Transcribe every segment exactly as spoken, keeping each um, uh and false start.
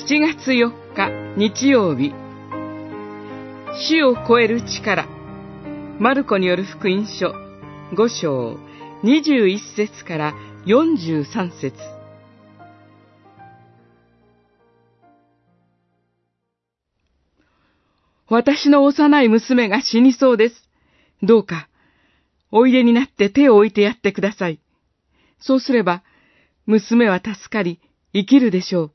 しちがつよっか日曜日、死を超える力、マルコによる福音書ご章にじゅういっ節からよんじゅうさん節。私の幼い娘が死にそうです。どうか、おいでになって手を置いてやってください。そうすれば、娘は助かり、生きるでしょう。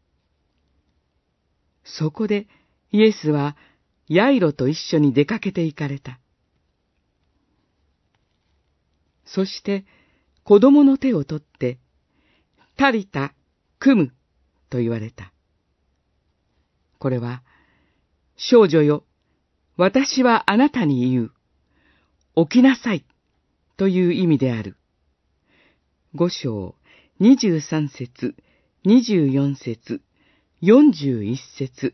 そこで、イエスは、ヤイロと一緒に出かけて行かれた。そして、子供の手を取って、タリタ、クム、と言われた。これは、少女よ、私はあなたに言う。起きなさい、という意味である。五章、二十三節、二十四節、四十一節。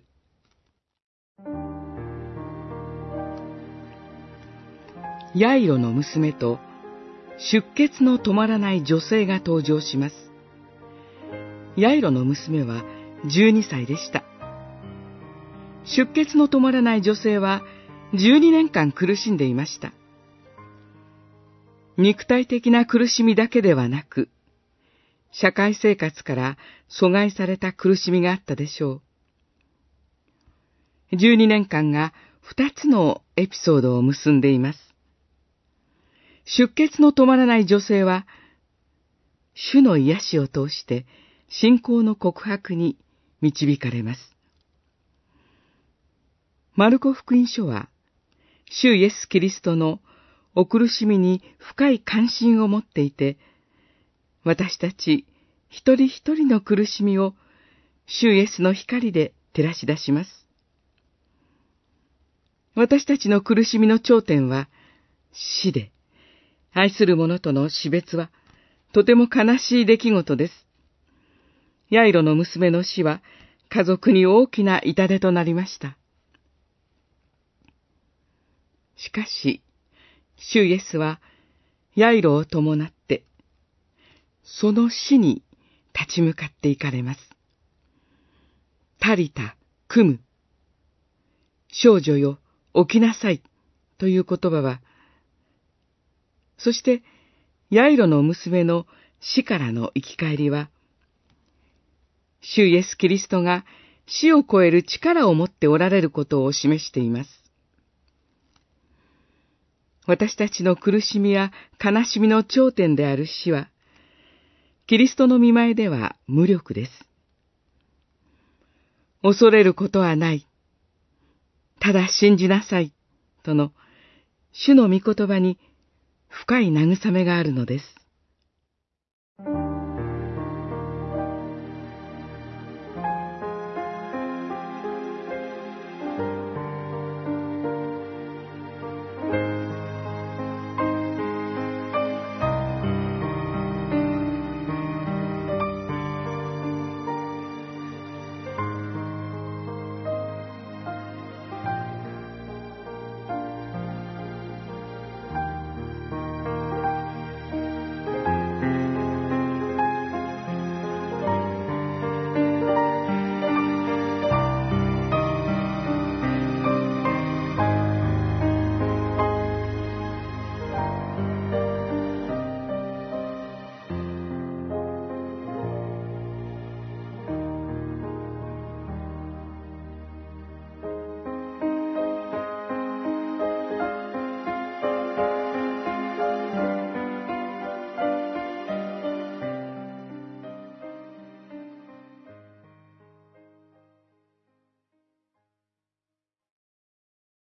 ヤイロの娘と出血の止まらない女性が登場します。ヤイロの娘はじゅうにさいでした。出血の止まらない女性はじゅうにねんかん苦しんでいました。肉体的な苦しみだけではなく、社会生活から阻害された苦しみがあったでしょう。じゅうにねんかんが二つのエピソードを結んでいます。出血の止まらない女性は、主の癒しを通して信仰の告白に導かれます。マルコ福音書は、主イエス・キリストのお苦しみに深い関心を持っていて、私たち一人一人の苦しみを主イエスの光で照らし出します。私たちの苦しみの頂点は死で、愛する者との死別はとても悲しい出来事です。ヤイロの娘の死は家族に大きな痛手となりました。しかし、主イエスはヤイロを伴って、その死に立ち向かっていかれます。タリタ、クム、少女よ、起きなさい、という言葉は、そして、ヤイロの娘の死からの生き返りは、主イエス・キリストが死を超える力を持っておられることを示しています。私たちの苦しみや悲しみの頂点である死は、キリストの御前では無力です。恐れることはない。ただ信じなさい。との、主の御言葉に深い慰めがあるのです。